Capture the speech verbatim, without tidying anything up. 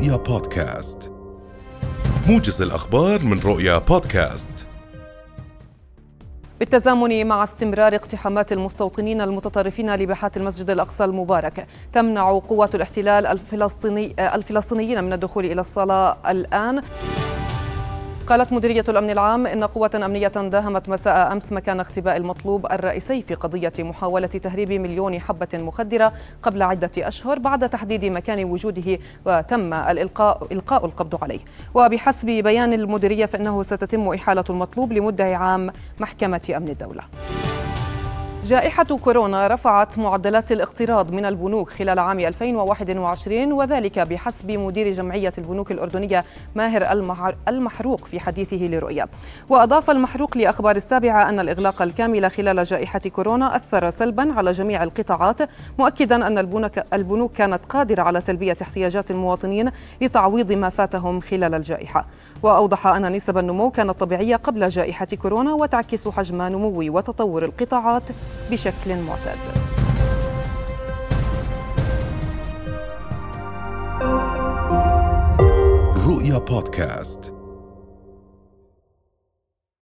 رؤيا بودكاست، موجز الأخبار من رؤيا بودكاست. بالتزامن مع استمرار اقتحامات المستوطنين المتطرفين لباحات المسجد الأقصى المبارك، تمنع قوات الاحتلال الفلسطيني الفلسطينيين من الدخول إلى الصلاة الآن. قالت مديرية الأمن العام إن قوة أمنية داهمت مساء أمس مكان اختباء المطلوب الرئيسي في قضية محاولة تهريب مليون حبة مخدرة قبل عدة أشهر بعد تحديد مكان وجوده، وتم الإلقاء إلقاء القبض عليه. وبحسب بيان المديرية فإنه ستتم إحالة المطلوب لمدعي عام محكمة أمن الدولة. جائحة كورونا رفعت معدلات الاقتراض من البنوك خلال عام ألفين وواحد وعشرين، وذلك بحسب مدير جمعية البنوك الأردنية ماهر المحروق في حديثه لرؤيا. وأضاف المحروق لأخبار السابعة أن الإغلاق الكامل خلال جائحة كورونا أثر سلبا على جميع القطاعات، مؤكدا أن البنوك كانت قادرة على تلبية احتياجات المواطنين لتعويض ما فاتهم خلال الجائحة. وأوضح أن نسب النمو كانت طبيعية قبل جائحة كورونا وتعكس حجم نمو وتطور القطاعات بشكل معتاد. رؤيا بودكاست.